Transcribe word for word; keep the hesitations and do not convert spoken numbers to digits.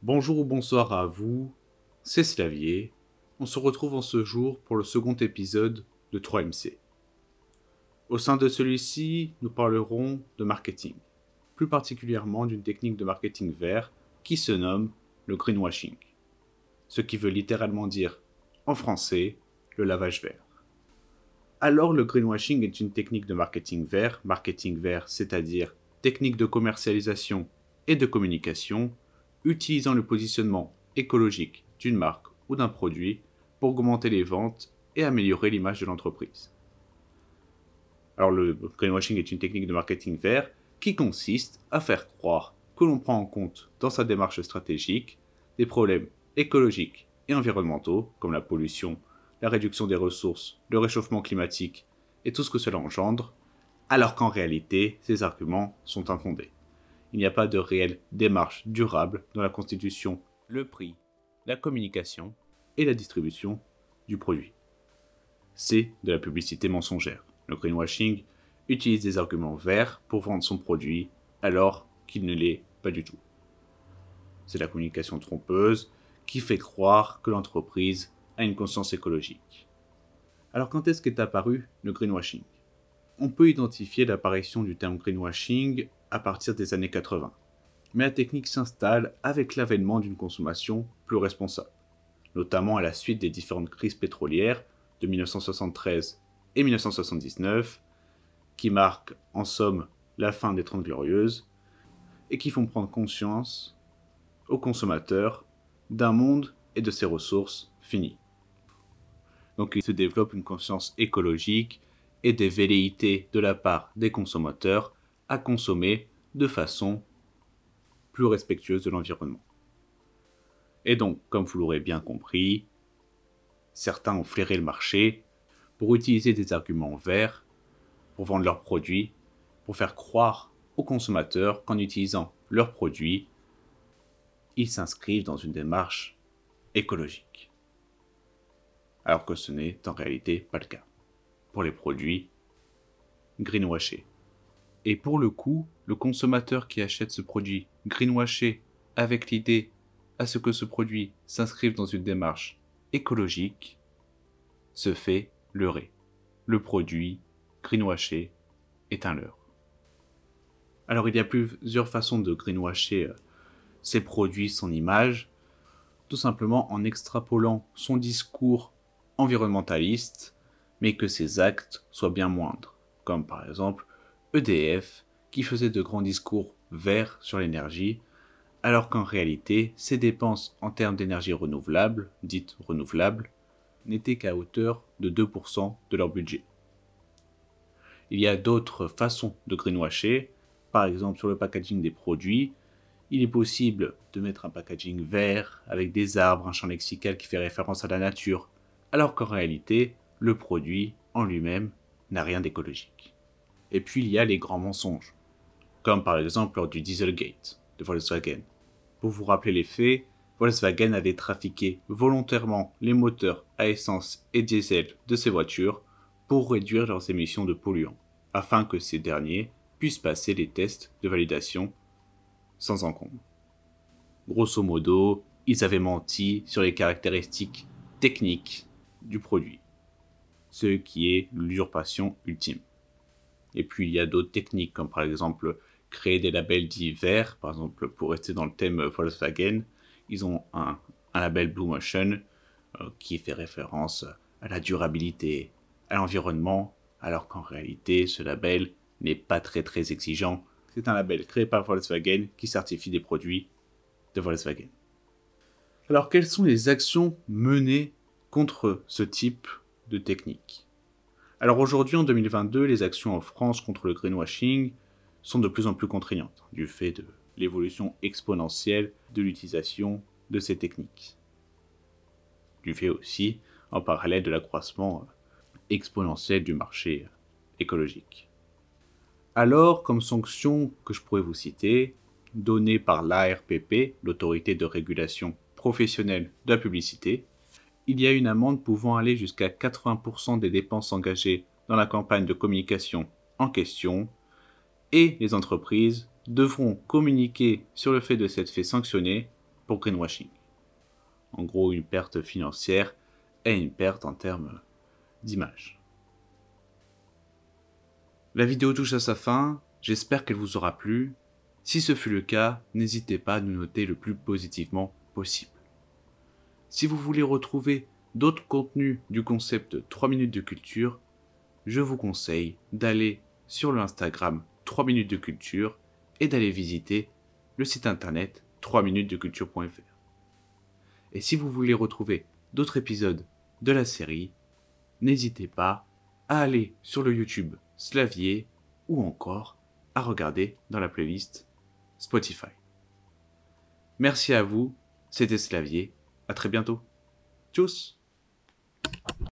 Bonjour ou bonsoir à vous, c'est Slavier. On se retrouve en ce jour pour le second épisode de trois M C. Au sein de celui-ci, nous parlerons de marketing, plus particulièrement d'une technique de marketing vert qui se nomme le greenwashing, ce qui veut littéralement dire, en français, le lavage vert. Alors le greenwashing est une technique de marketing vert, marketing vert c'est-à-dire technique de commercialisation et de communication, utilisant le positionnement écologique d'une marque ou d'un produit pour augmenter les ventes et améliorer l'image de l'entreprise. Alors le greenwashing est une technique de marketing vert qui consiste à faire croire que l'on prend en compte dans sa démarche stratégique des problèmes écologiques et environnementaux comme la pollution, la réduction des ressources, le réchauffement climatique et tout ce que cela engendre, alors qu'en réalité ces arguments sont infondés. Il n'y a pas de réelle démarche durable dans la constitution, le prix, la communication et la distribution du produit. C'est de la publicité mensongère. Le greenwashing utilise des arguments verts pour vendre son produit alors qu'il ne l'est pas du tout. C'est la communication trompeuse qui fait croire que l'entreprise a une conscience écologique. Alors quand est-ce qu'est apparu le greenwashing ? On peut identifier l'apparition du terme greenwashing à partir des années quatre-vingts. Mais la technique s'installe avec l'avènement d'une consommation plus responsable, notamment à la suite des différentes crises pétrolières de dix-neuf cent soixante-treize et dix-neuf cent soixante-dix-neuf, qui marquent en somme la fin des Trente Glorieuses, et qui font prendre conscience aux consommateurs d'un monde et de ses ressources finis. Donc il se développe une conscience écologique et des velléités de la part des consommateurs à consommer de façon plus respectueuse de l'environnement. Et donc, comme vous l'aurez bien compris, certains ont flairé le marché pour utiliser des arguments verts pour vendre leurs produits, pour faire croire aux consommateurs qu'en utilisant leurs produits, ils s'inscrivent dans une démarche écologique. Alors que ce n'est en réalité pas le cas pour les produits greenwashés. Et pour le coup, le consommateur qui achète ce produit greenwashé avec l'idée à ce que ce produit s'inscrive dans une démarche écologique se fait leurrer. Le produit greenwashé est un leurre. Alors il y a plusieurs façons de greenwasher ses produits, son image, tout simplement en extrapolant son discours environnementaliste, mais que ses actes soient bien moindres, comme par exemple E D F qui faisait de grands discours verts sur l'énergie, alors qu'en réalité, ses dépenses en termes d'énergie renouvelable, dites renouvelables, n'étaient qu'à hauteur de deux pour cent de leur budget. Il y a d'autres façons de greenwasher, par exemple sur le packaging des produits, il est possible de mettre un packaging vert avec des arbres, un champ lexical qui fait référence à la nature, alors qu'en réalité, le produit en lui-même n'a rien d'écologique. Et puis il y a les grands mensonges, comme par exemple lors du Dieselgate de Volkswagen. Pour vous rappeler les faits, Volkswagen avait trafiqué volontairement les moteurs à essence et diesel de ses voitures pour réduire leurs émissions de polluants, afin que ces derniers puissent passer les tests de validation sans encombre. Grosso modo, ils avaient menti sur les caractéristiques techniques du produit, ce qui est l'usurpation ultime. Et puis il y a d'autres techniques, comme par exemple créer des labels dits verts. Par exemple, pour rester dans le thème Volkswagen, ils ont un, un label Blue Motion euh, qui fait référence à la durabilité, à l'environnement, alors qu'en réalité, ce label n'est pas très très exigeant. C'est un label créé par Volkswagen qui certifie des produits de Volkswagen. Alors, quelles sont les actions menées contre ce type de technique ? Alors aujourd'hui, en deux mille vingt-deux, les actions en France contre le greenwashing sont de plus en plus contraignantes, du fait de l'évolution exponentielle de l'utilisation de ces techniques. Du fait aussi, en parallèle, de l'accroissement exponentiel du marché écologique. Alors, comme sanction que je pourrais vous citer, donnée par l'A R P P, l'autorité de régulation professionnelle de la publicité, il y a une amende pouvant aller jusqu'à quatre-vingts pour cent des dépenses engagées dans la campagne de communication en question, et les entreprises devront communiquer sur le fait de s'être fait sanctionner pour greenwashing. En gros, une perte financière et une perte en termes d'image. La vidéo touche à sa fin, j'espère qu'elle vous aura plu. Si ce fut le cas, n'hésitez pas à nous noter le plus positivement possible. Si vous voulez retrouver d'autres contenus du concept trois minutes de culture, je vous conseille d'aller sur le Instagram trois minutes de culture et d'aller visiter le site internet trois minutes de culture point f r. Et si vous voulez retrouver d'autres épisodes de la série, n'hésitez pas à aller sur le YouTube Slavier ou encore à regarder dans la playlist Spotify. Merci à vous, c'était Slavier, à très bientôt. Tchuss!